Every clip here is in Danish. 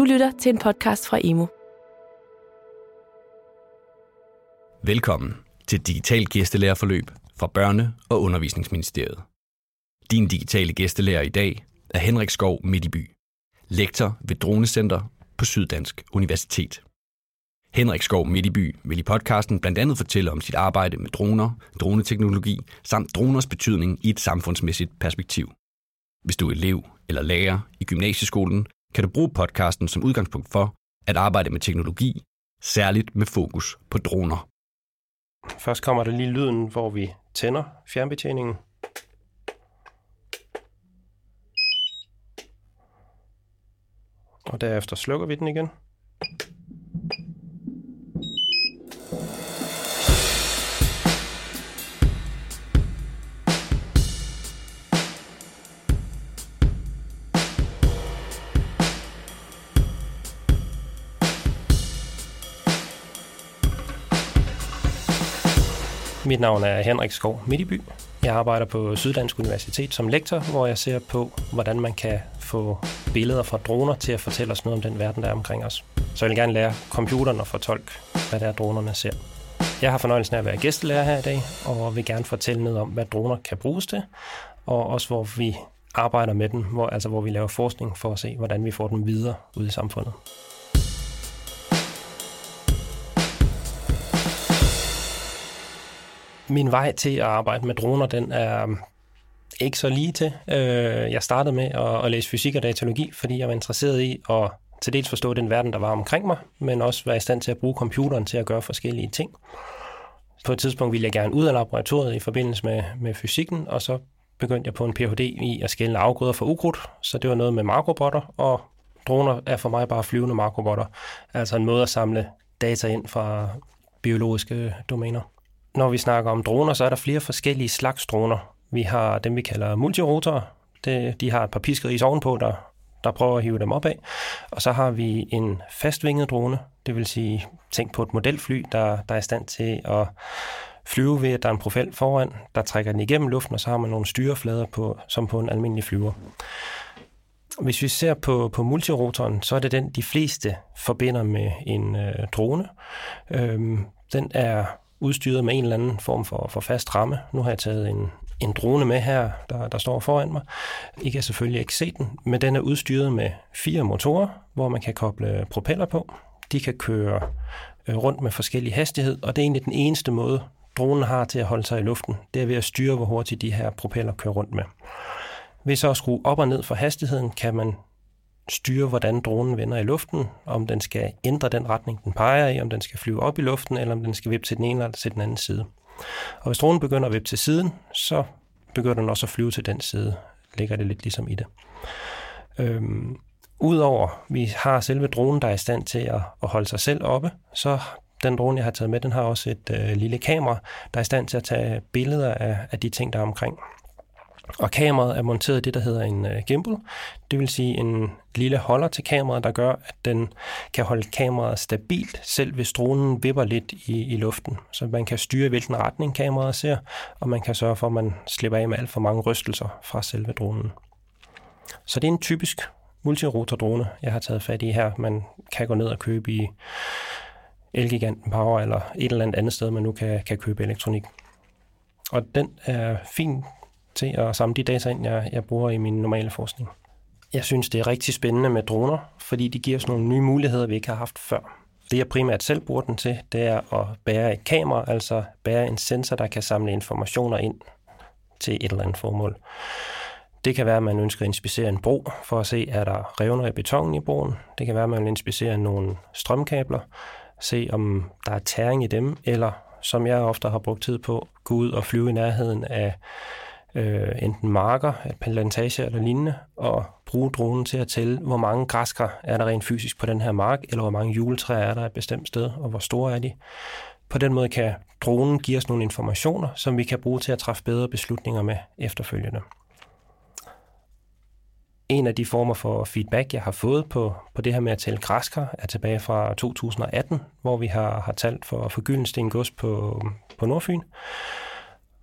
lytter til en podcast fra Emo. Velkommen til Digitalt Gæstelærerforløb fra Børne- og Undervisningsministeriet. Din digitale gæstelærer i dag er Henrik Skov Midtby, lektor ved Dronecenter på Syddansk Universitet. Henrik Skov Midtby vil i podcasten blandt andet fortælle om sit arbejde med droner, droneteknologi samt droners betydning i et samfundsmæssigt perspektiv. Hvis du er elev eller lærer i gymnasieskolen, kan du bruge podcasten som udgangspunkt for at arbejde med teknologi, særligt med fokus på droner. Først kommer der lige lyden, hvor vi tænder fjernbetjeningen. Og derefter slukker vi den igen. Mit navn er Henrik Skov Midtby. Jeg arbejder på Syddansk Universitet som lektor, hvor jeg ser på, hvordan man kan få billeder fra droner til at fortælle os noget om den verden, der er omkring os. Så jeg vil gerne lære computeren at fortolke, hvad det er, dronerne ser. Jeg har fornøjelsen af at være gæstelærer her i dag, og vil gerne fortælle noget om, hvad droner kan bruges til, og også hvor vi arbejder med dem, hvor vi laver forskning for at se, hvordan vi får dem videre ud i samfundet. Min vej til at arbejde med droner, den er ikke så lige til. Jeg startede med at læse fysik og datalogi, fordi jeg var interesseret i at til dels forstå den verden, der var omkring mig, men også være i stand til at bruge computeren til at gøre forskellige ting. På et tidspunkt ville jeg gerne ud af laboratoriet i forbindelse med fysikken, og så begyndte jeg på en Ph.D. i at skelne afgrøder fra ukrudt, så det var noget med makrobotter, og droner er for mig bare flyvende makrobotter, altså en måde at samle data ind fra biologiske domæner. Når vi snakker om droner, så er der flere forskellige slags droner. Vi har dem, vi kalder multirotorer. De har et par piskeris ovenpå, der prøver at hive dem op af. Og så har vi en fastvinget drone, det vil sige, tænk på et modelfly, der er i stand til at flyve ved, at der er en profil foran, der trækker den igennem luften, og så har man nogle styreflader som på en almindelig flyver. Hvis vi ser på multirotoren, så er det den, de fleste forbinder med en drone. Den er udstyret med en eller anden form for fast ramme. Nu har jeg taget en drone med her, der står foran mig. I kan selvfølgelig ikke se den, men den er udstyret med 4 motorer, hvor man kan koble propeller på. De kan køre rundt med forskellig hastighed, og det er egentlig den eneste måde, dronen har til at holde sig i luften. Det er ved at styre, hvor hurtigt de her propeller kører rundt med. Ved så at skrue op og ned for hastigheden, kan man styre, hvordan dronen vender i luften, om den skal ændre den retning, den peger i, om den skal flyve op i luften, eller om den skal vippe til den ene eller til den anden side. Og hvis dronen begynder at vippe til siden, så begynder den også at flyve til den side. Ligger det lidt ligesom i det. Udover vi har selve dronen, der er i stand til at holde sig selv oppe, så den drone, jeg har taget med, den har også et lille kamera, der er i stand til at tage billeder af de ting, der er omkring. Og kameraet er monteret i det, der hedder en gimbal. Det vil sige en lille holder til kameraet, der gør, at den kan holde kameraet stabilt, selv hvis dronen vipper lidt i luften. Så man kan styre, hvilken retning kameraet ser, og man kan sørge for, at man slipper af med alt for mange rystelser fra selve dronen. Så det er en typisk multirotor-drone, jeg har taget fat i her. Man kan gå ned og købe i Elgiganten Power eller et eller andet sted, man nu kan købe elektronik. Og den er fin til at samle de data ind, jeg bruger i min normale forskning. Jeg synes, det er rigtig spændende med droner, fordi de giver os nogle nye muligheder, vi ikke har haft før. Det, jeg primært selv bruger den til, det er at bære et kamera, altså bære en sensor, der kan samle informationer ind til et eller andet formål. Det kan være, at man ønsker at inspicere en bro, for at se, er der revner i betonen i broen. Det kan være, at man vil inspicere nogle strømkabler, se om der er tæring i dem, eller som jeg ofte har brugt tid på, gå ud og flyve i nærheden af enten marker, plantager eller lignende, og bruge dronen til at tælle, hvor mange græskar er der rent fysisk på den her mark, eller hvor mange juletræer er der et bestemt sted, og hvor store er de. På den måde kan dronen give os nogle informationer, som vi kan bruge til at træffe bedre beslutninger med efterfølgende. En af de former for feedback, jeg har fået på det her med at tælle græskar, er tilbage fra 2018, hvor vi har talt for Gyldensten Gods på Nordfyn.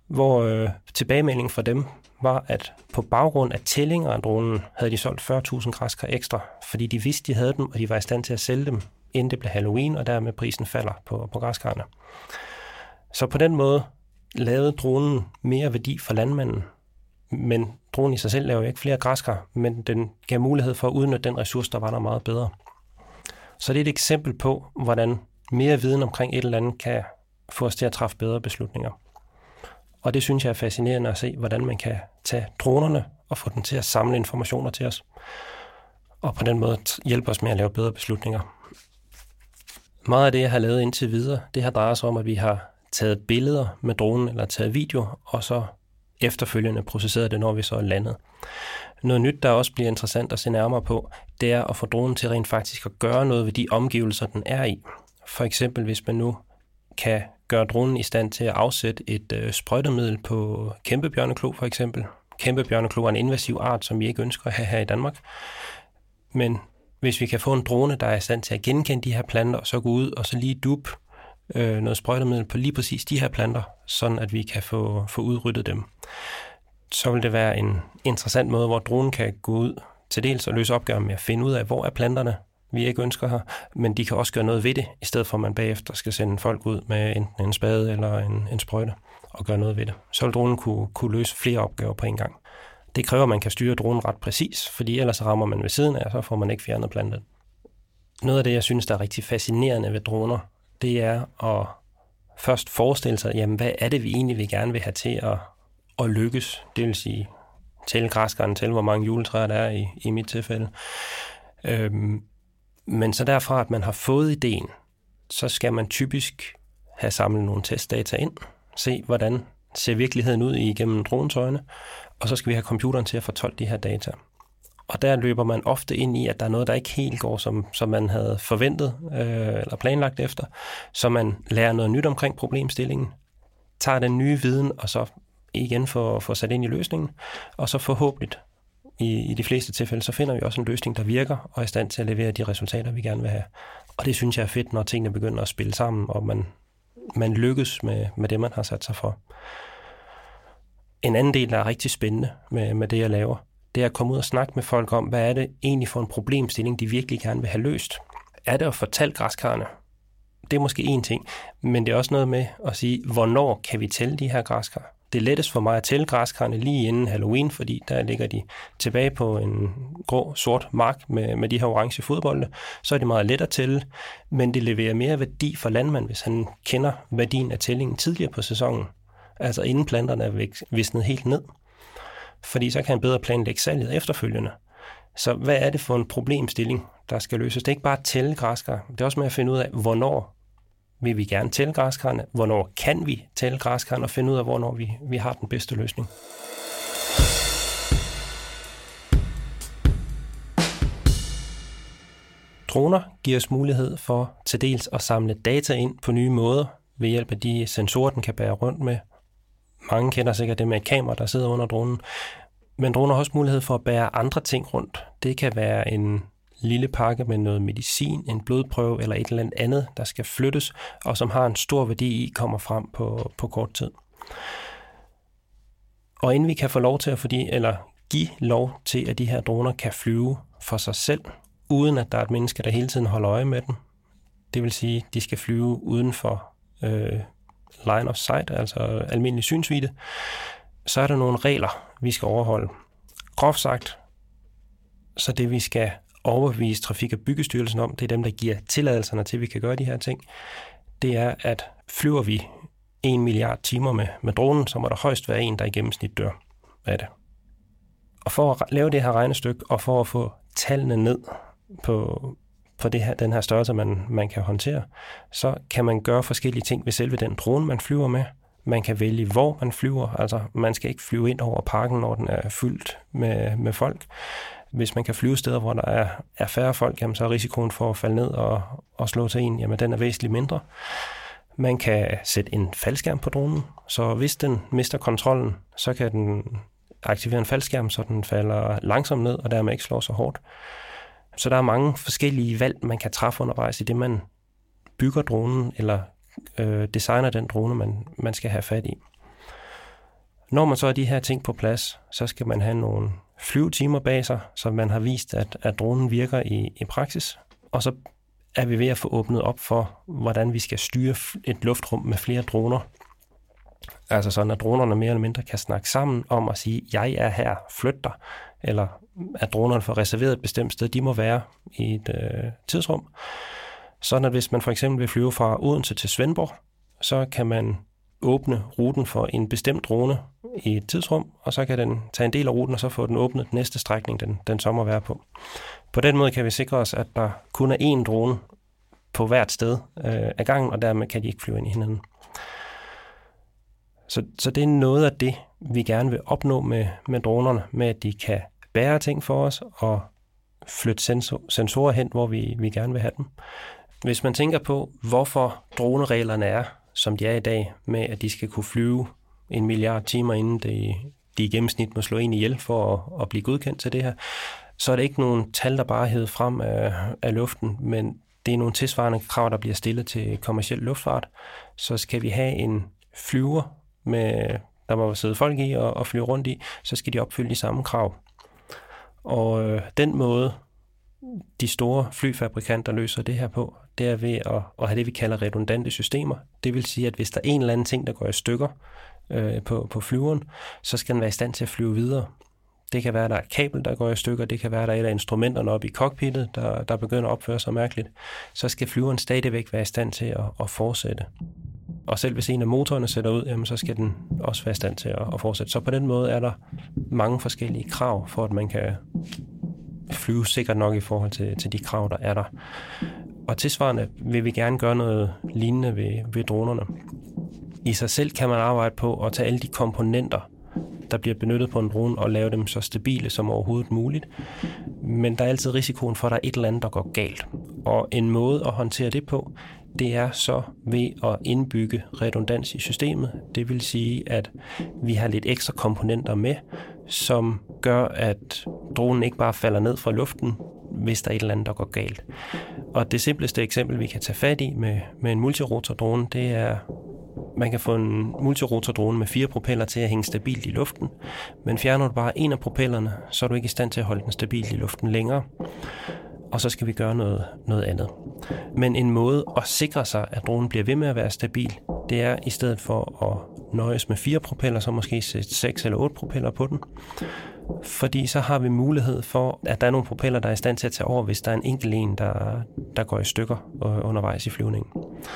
hvor tilbagemeldingen fra dem var, at på baggrund af tællinger af dronen, havde de solgt 40.000 græskar ekstra, fordi de vidste, de havde dem, og de var i stand til at sælge dem, inden det blev Halloween, og dermed prisen falder på græskarne. Så på den måde lavede dronen mere værdi for landmanden, men dronen i sig selv laver jo ikke flere græskar, men den gav mulighed for at udnytte den ressource, der var der meget bedre. Så det er et eksempel på, hvordan mere viden omkring et eller andet kan få os til at træffe bedre beslutninger. Og det synes jeg er fascinerende at se, hvordan man kan tage dronerne og få dem til at samle informationer til os. Og på den måde hjælpe os med at lave bedre beslutninger. Meget af det, jeg har lavet indtil videre, det har drejet sig om, at vi har taget billeder med dronen eller taget video, og så efterfølgende processeret det, når vi så er landet. Noget nyt, der også bliver interessant at se nærmere på, det er at få dronen til rent faktisk at gøre noget ved de omgivelser, den er i. For eksempel, hvis man nu kan gøre dronen i stand til at afsætte et sprøjtemiddel på kæmpebjørneklo for eksempel. Kæmpebjørneklo er en invasiv art, som vi ikke ønsker at have her i Danmark. Men hvis vi kan få en drone, der er i stand til at genkende de her planter, og så gå ud og så lige dupe noget sprøjtemiddel på lige præcis de her planter, sådan at vi kan få udryddet dem, så vil det være en interessant måde, hvor dronen kan gå ud til dels og løse opgaven med at finde ud af, hvor er planterne, vi ikke ønsker her, men de kan også gøre noget ved det, i stedet for at man bagefter skal sende folk ud med enten en spade eller en sprøjte og gøre noget ved det. Så vil dronen kunne løse flere opgaver på en gang. Det kræver, at man kan styre dronen ret præcis, fordi ellers rammer man ved siden af, og så får man ikke fjernet plantet. Noget af det, jeg synes, der er rigtig fascinerende ved droner, det er at først forestille sig, jamen, hvad er det, vi egentlig gerne vil have til at lykkes? Det vil sige, tælle græskaren, tælle hvor mange juletræer der er i mit tilfælde. Men så derfra, at man har fået ideen, så skal man typisk have samlet nogle testdata ind, se hvordan ser virkeligheden ud igennem drones øjne, og så skal vi have computeren til at fortolke de her data. Og der løber man ofte ind i, at der er noget, der ikke helt går, som man havde forventet eller planlagt efter, så man lærer noget nyt omkring problemstillingen, tager den nye viden, og så igen får sat ind i løsningen, og så forhåbentlig i de fleste tilfælde, så finder vi også en løsning, der virker, og er i stand til at levere de resultater, vi gerne vil have. Og det synes jeg er fedt, når tingene begynder at spille sammen, og man lykkes med det, man har sat sig for. En anden del, der er rigtig spændende med det, jeg laver, det er at komme ud og snakke med folk om, hvad er det egentlig for en problemstilling, de virkelig gerne vil have løst. Er det at fortælle græskarne? Det er måske én ting, men det er også noget med at sige, hvornår kan vi tælle de her græskar? Det er lettest for mig at tælle græskarne lige inden Halloween, fordi der ligger de tilbage på en grå-sort mark med de her orange fodbolde. Så er det meget let at tælle, men det leverer mere værdi for landmand, hvis han kender værdien af tællingen tidligere på sæsonen. Altså inden planterne er visnet helt ned. Fordi så kan han bedre planlægge salget efterfølgende. Så hvad er det for en problemstilling, der skal løses? Det er ikke bare at tælle græskar. Det er også med at finde ud af, hvornår vil vi gerne tælle græskarne, hvornår kan vi tælle græskarne, og finde ud af, hvornår vi har den bedste løsning. Droner giver os mulighed for til dels at samle data ind på nye måder ved hjælp af de sensorer, den kan bære rundt med. Mange kender sikkert det med et kamera, der sidder under dronen. Men droner har også mulighed for at bære andre ting rundt. Det kan være en lille pakke med noget medicin, en blodprøve eller et eller andet, der skal flyttes, og som har en stor værdi i, kommer frem på kort tid. Og inden vi kan få lov til at give lov til, at de her droner kan flyve for sig selv, uden at der er et menneske, der hele tiden holder øje med dem, det vil sige, at de skal flyve uden for line of sight, altså almindelig synsvidde, så er der nogle regler, vi skal overholde. Groft sagt, så det vi skal overbevise Trafik- og Byggestyrelsen om, det er dem, der giver tilladelserne til, at vi kan gøre de her ting, det er, at flyver vi 1 milliard timer med dronen, så må der højst være en, der i gennemsnit dør af det. Og for at lave det her regnestykke, og for at få tallene ned på den her størrelse, man kan håndtere, så kan man gøre forskellige ting ved selve den drone, man flyver med. Man kan vælge, hvor man flyver. Altså, man skal ikke flyve ind over parken, når den er fyldt med folk. Hvis man kan flyve steder, hvor der er færre folk, jamen, så er risikoen for at falde ned og slå til en, jamen, den er væsentligt mindre. Man kan sætte en faldskærm på dronen, så hvis den mister kontrollen, så kan den aktivere en faldskærm, så den falder langsomt ned, og dermed ikke slår så hårdt. Så der er mange forskellige valg, man kan træffe undervejs i det, man bygger dronen, eller designer den drone, man skal have fat i. Når man så har de her ting på plads, så skal man have nogle flyvetimer bag sig, så man har vist, at dronen virker i praksis. Og så er vi ved at få åbnet op for, hvordan vi skal styre et luftrum med flere droner. Altså sådan, at dronerne mere eller mindre kan snakke sammen om at sige, jeg er her, flyt dig. Eller at dronerne får reserveret et bestemt sted, de må være i et tidsrum. Sådan at hvis man for eksempel vil flyve fra Odense til Svendborg, så kan man åbne ruten for en bestemt drone i et tidsrum, og så kan den tage en del af ruten, og så få den åbnet den næste strækning, den så må være på. På den måde kan vi sikre os, at der kun er én drone på hvert sted af gangen, og dermed kan de ikke flyve ind i hinanden. Så det er noget af det, vi gerne vil opnå med dronerne, med at de kan bære ting for os og flytte sensorer hen, hvor vi gerne vil have dem. Hvis man tænker på, hvorfor dronereglerne er, som de er i dag, med at de skal kunne flyve 1 milliard timer, inden de i gennemsnit må slå en ihjel for at blive godkendt til det her, så er det ikke nogen tal, der bare er hævet frem af luften, men det er nogle tilsvarende krav, der bliver stillet til kommerciel luftfart. Så skal vi have en flyver, der må sidde folk i og flyve rundt i, så skal de opfylde de samme krav. Og den måde, de store flyfabrikanter løser det her på, det er ved at have det, vi kalder redundante systemer. Det vil sige, at hvis der er en eller anden ting, der går i stykker på flyveren, så skal den være i stand til at flyve videre. Det kan være, at der er et kabel, der går i stykker. Det kan være, at der er et af instrumenterne oppe i cockpittet, der begynder at opføre sig mærkeligt. Så skal flyveren stadigvæk være i stand til at fortsætte. Og selv hvis en af motorerne sætter ud, jamen, så skal den også være i stand til at fortsætte. Så på den måde er der mange forskellige krav, for at man kan flyve sikkert nok i forhold til de krav, der er der. Og tilsvarende vil vi gerne gøre noget lignende ved dronerne. I sig selv kan man arbejde på at tage alle de komponenter, der bliver benyttet på en drone, og lave dem så stabile som overhovedet muligt. Men der er altid risikoen for, at der er et eller andet, der går galt. Og en måde at håndtere det på, det er så ved at indbygge redundans i systemet. Det vil sige, at vi har lidt ekstra komponenter med, som gør, at dronen ikke bare falder ned fra luften, hvis der er et eller andet, der går galt. Og det simpleste eksempel, vi kan tage fat i med en multirotordrone, det er, man kan få en multirotordrone med 4 propeller til at hænge stabilt i luften, men fjerner du bare en af propellerne, så er du ikke i stand til at holde den stabilt i luften længere. Og så skal vi gøre noget andet. Men en måde at sikre sig, at dronen bliver ved med at være stabil, det er i stedet for at nøjes med 4 propeller, så måske sætte 6 eller 8 propeller på den. Fordi så har vi mulighed for, at der er nogle propeller, der er i stand til at tage over, hvis der er en enkelt en, der går i stykker undervejs i flyvningen.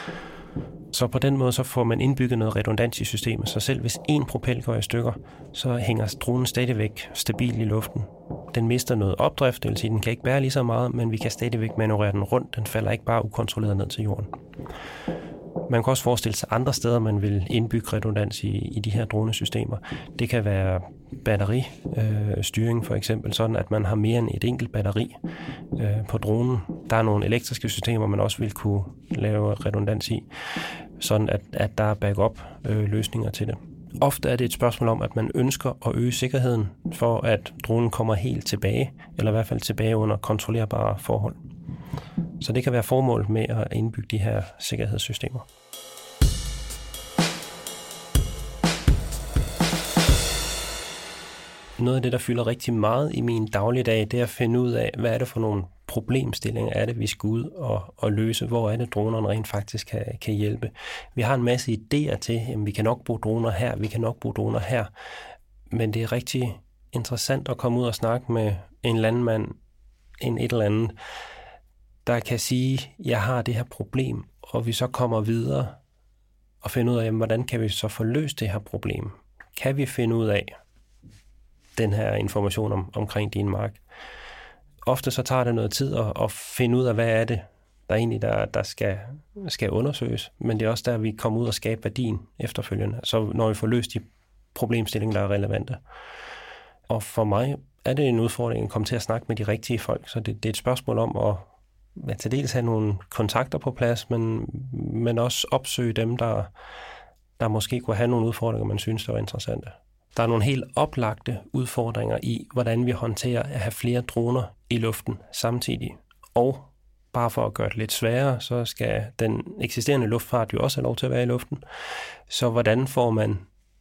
Så på den måde så får man indbygget noget redundans i systemet, så selv hvis en propel går i stykker, så hænger dronen stadigvæk stabil i luften. Den mister noget opdrift, det vil sige, den kan ikke bære lige så meget, men vi kan stadigvæk manøvrere den rundt. Den falder ikke bare ukontrolleret ned til jorden. Man kan også forestille sig andre steder, man vil indbygge redundans i de her dronesystemer. Det kan være batteristyring for eksempel, sådan at man har mere end et enkelt batteri på dronen. Der er nogle elektriske systemer, man også vil kunne lave redundans i, sådan at der er backup-løsninger til det. Ofte er det et spørgsmål om, at man ønsker at øge sikkerheden for, at dronen kommer helt tilbage, eller i hvert fald tilbage under kontrollerbare forhold. Så det kan være formålet med at indbygge de her sikkerhedssystemer. Noget af det, der fylder rigtig meget i min dagligdag, det er at finde ud af, hvad er det for nogle problemstillinger er det, vi skal ud og løse. Hvor er det, dronerne rent faktisk kan hjælpe. Vi har en masse idéer til, at vi kan nok bruge droner her, vi kan nok bruge droner her. Men det er rigtig interessant at komme ud og snakke med en landmand, et eller andet, der kan sige, jeg har det her problem, og vi så kommer videre og finder ud af, hvordan kan vi så få løst det her problem? Kan vi finde ud af den her information omkring din mark? Ofte så tager det noget tid at finde ud af, hvad er det, der egentlig der skal undersøges, men det er også der, vi kommer ud og skaber værdien efterfølgende, så når vi får løst de problemstillinger, der er relevante. Og for mig er det en udfordring at komme til at snakke med de rigtige folk, så det er et spørgsmål om at til dels have nogle kontakter på plads, men også opsøge dem, der måske kunne have nogle udfordringer, man synes, der var interessante. Der er nogle helt oplagte udfordringer i, hvordan vi håndterer at have flere droner i luften samtidig. Og bare for at gøre det lidt sværere, så skal den eksisterende luftfart jo også have lov til at være i luften. Så hvordan får man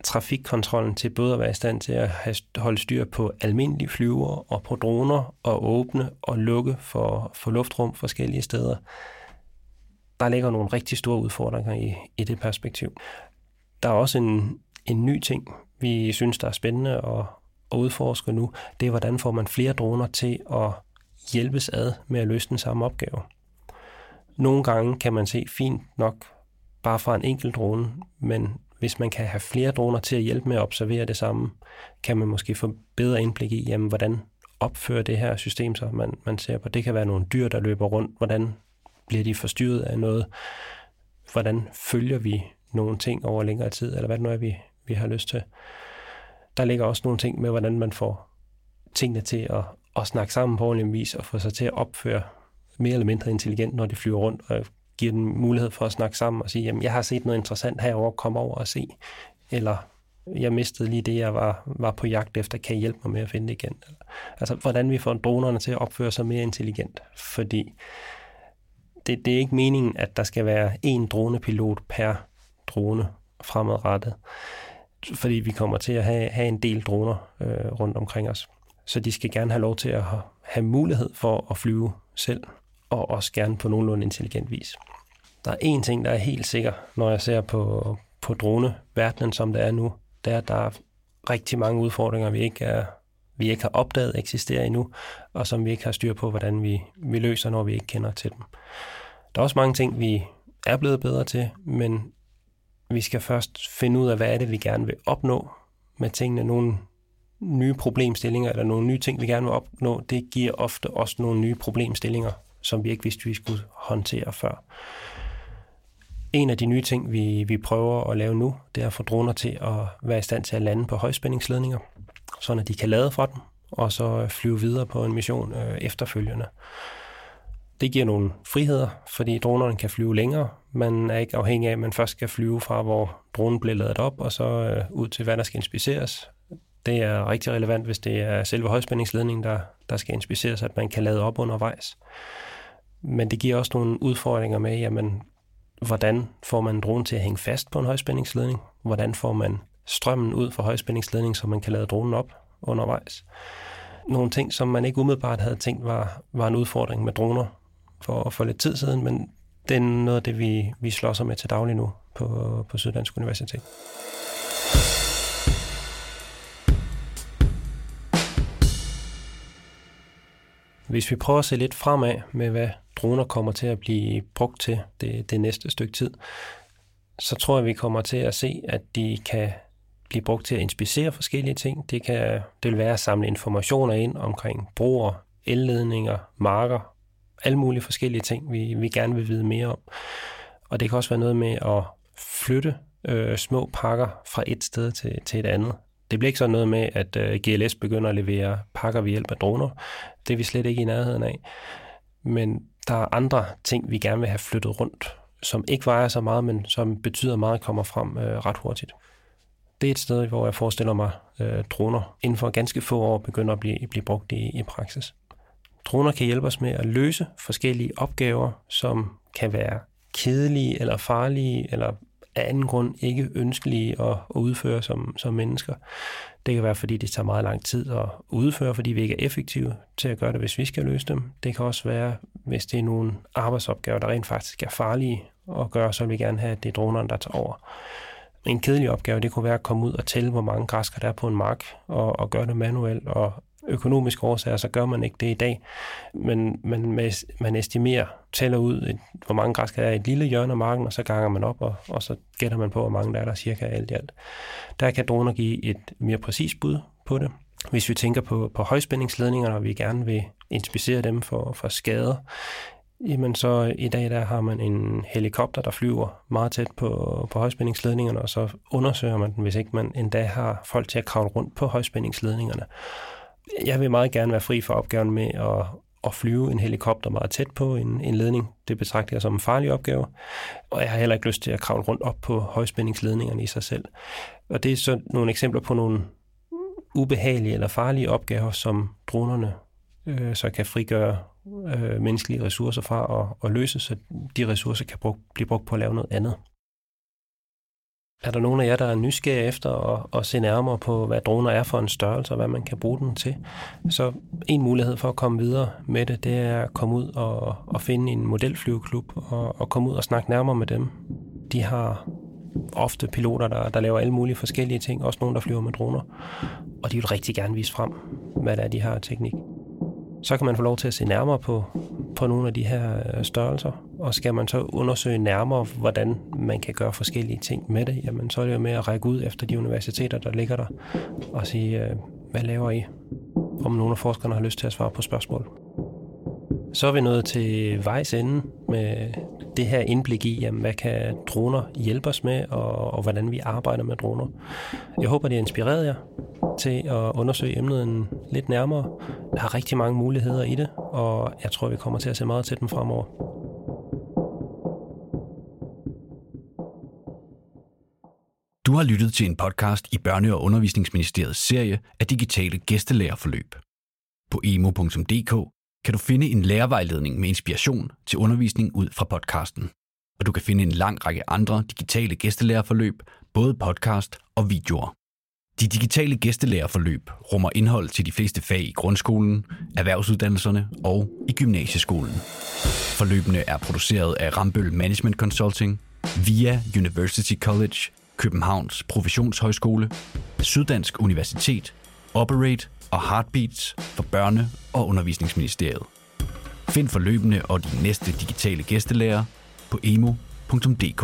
trafikkontrollen til både at være i stand til at holde styr på almindelige flyver og på droner og åbne og lukke for luftrum forskellige steder. Der ligger nogle rigtig store udfordringer i det perspektiv. Der er også en ny ting, vi synes, der er spændende at udforske nu. Det er, hvordan får man flere droner til at hjælpes ad med at løse den samme opgave. Nogle gange kan man se fint nok bare fra en enkelt drone, men hvis man kan have flere droner til at hjælpe med at observere det samme, kan man måske få bedre indblik i, jamen, hvordan opfører det her system, så man ser på. Det kan være nogle dyr, der løber rundt. Hvordan bliver de forstyrret af noget? Hvordan følger vi nogle ting over længere tid? Eller hvad det nu er, vi har lyst til? Der ligger også nogle ting med, hvordan man får tingene til at snakke sammen på ordentlig vis og få sig til at opføre mere eller mindre intelligent, når de flyver rundt, og giver dem mulighed for at snakke sammen og sige, jamen, jeg har set noget interessant herovre, kom over og se. Eller jeg mistede lige det, jeg var på jagt efter, kan I hjælpe mig med at finde det igen? Altså, hvordan vi får dronerne til at opføre sig mere intelligent. Fordi det er ikke meningen, at der skal være én dronepilot per drone fremadrettet. Fordi vi kommer til at have en del droner rundt omkring os. Så de skal gerne have lov til at have mulighed for at flyve selv, og også gerne på nogenlunde intelligent vis. Der er én ting, der er helt sikker, når jeg ser på droneverdenen, som det er nu, det er, at der er rigtig mange udfordringer, vi ikke har opdaget eksisterer endnu, og som vi ikke har styr på, hvordan vi løser, når vi ikke kender til dem. Der er også mange ting, vi er blevet bedre til, men vi skal først finde ud af, hvad er det, vi gerne vil opnå med tingene. Nogle nye problemstillinger, eller nogle nye ting, vi gerne vil opnå, det giver ofte også nogle nye problemstillinger, som vi ikke vidste, vi skulle håndtere før. En af de nye ting, vi prøver at lave nu, det er at få droner til at være i stand til at lande på højspændingsledninger, så at de kan lade fra dem, og så flyve videre på en mission efterfølgende. Det giver nogle friheder, fordi dronerne kan flyve længere. Man er ikke afhængig af, at man først skal flyve fra, hvor dronen bliver ladet op, og så ud til, hvad der skal inspiceres. Det er rigtig relevant, hvis det er selve højspændingsledningen, der skal inspiceres, at man kan lade op undervejs. Men det giver også nogle udfordringer med, jamen, hvordan får man en drone til at hænge fast på en højspændingsledning? Hvordan får man strømmen ud fra højspændingsledningen, så man kan lade dronen op undervejs? Nogle ting, som man ikke umiddelbart havde tænkt var en udfordring med droner for lidt tid siden, men det er noget af det, vi slås med til daglig nu på Syddansk Universitet. Hvis vi prøver at se lidt fremad med, hvad droner kommer til at blive brugt til det næste stykke tid, så tror jeg, vi kommer til at se, at de kan blive brugt til at inspicere forskellige ting. Det vil være at samle informationer ind omkring broer, elledninger, marker, alle mulige forskellige ting, vi gerne vil vide mere om. Og det kan også være noget med at flytte små pakker fra et sted til et andet. Det bliver ikke sådan noget med, at GLS begynder at levere pakker ved hjælp af droner. Det er vi slet ikke i nærheden af. Men der er andre ting, vi gerne vil have flyttet rundt, som ikke vejer så meget, men som betyder meget kommer frem ret hurtigt. Det er et sted, hvor jeg forestiller mig, droner inden for ganske få år begynder at blive brugt i praksis. Droner kan hjælpe os med at løse forskellige opgaver, som kan være kedelige eller farlige, eller af anden grund ikke ønskelige at udføre som mennesker. Det kan være, fordi det tager meget lang tid at udføre, fordi vi ikke er effektive til at gøre det, hvis vi skal løse dem. Det kan også være, hvis det er nogle arbejdsopgaver, der rent faktisk er farlige at gøre, så vil vi gerne have, at det er dronerne, der tager over. En kedelig opgave, det kunne være at komme ud og tælle, hvor mange græskar der er på en mark, og gøre det manuelt, og økonomiske årsager, så gør man ikke det i dag. Men man estimerer, tæller ud, hvor mange græskar der er i et lille hjørne af marken, og så ganger man op, og så gætter man på, hvor mange der er der cirka alt i alt. Der kan droner give et mere præcist bud på det. Hvis vi tænker på højspændingsledninger, og vi gerne vil inspicere dem for skader, jamen så i dag der har man en helikopter, der flyver meget tæt på højspændingsledningerne, og så undersøger man den, hvis ikke man endda har folk til at kravle rundt på højspændingsledningerne. Jeg vil meget gerne være fri for opgaven med at flyve en helikopter meget tæt på en ledning. Det betragter jeg som en farlig opgave, og jeg har heller ikke lyst til at kravle rundt op på højspændingsledningerne i sig selv. Og det er så nogle eksempler på nogle ubehagelige eller farlige opgaver, som dronerne så kan frigøre menneskelige ressourcer fra at løse, så de ressourcer kan blive brugt på at lave noget andet. Er der nogen af jer, der er nysgerrige efter at se nærmere på, hvad droner er for en størrelse, og hvad man kan bruge den til? Så en mulighed for at komme videre med det, det er at komme ud og finde en modelflyveklub og komme ud og snakke nærmere med dem. De har ofte piloter, der laver alle mulige forskellige ting, også nogen, der flyver med droner, og de vil rigtig gerne vise frem, hvad det er, de har af teknik. Så kan man få lov til at se nærmere på nogle af de her størrelser, og skal man så undersøge nærmere, hvordan man kan gøre forskellige ting med det, jamen så er det jo med at række ud efter de universiteter, der ligger der, og sige, hvad laver I? Om nogle af forskerne har lyst til at svare på spørgsmål. Så er vi nået til vejs ende med det her indblik i, jamen, hvad kan droner hjælpe os med, og hvordan vi arbejder med droner. Jeg håber, det har inspireret jer til at undersøge emnet lidt nærmere. Der er rigtig mange muligheder i det, og jeg tror, vi kommer til at se meget til dem fremover. Du har lyttet til en podcast i Børne- og Undervisningsministeriets serie af digitale gæstelærerforløb. På emo.dk kan du finde en lærervejledning med inspiration til undervisning ud fra podcasten. Og du kan finde en lang række andre digitale gæstelærerforløb, både podcast og videoer. De digitale gæstelærerforløb rummer indhold til de fleste fag i grundskolen, erhvervsuddannelserne og i gymnasieskolen. Forløbene er produceret af Rambøll Management Consulting, VIA University College, Københavns Professionshøjskole, Syddansk Universitet, Operate og Heartbeats for Børne- og Undervisningsministeriet. Find forløbene og de næste digitale gæstelærer på emo.dk.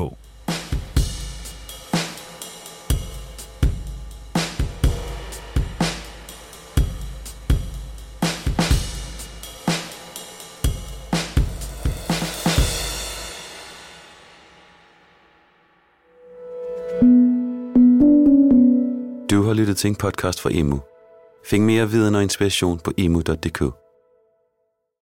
Du har lyttet til en podcast fra Emo. Find mere viden og inspiration på emo.dk.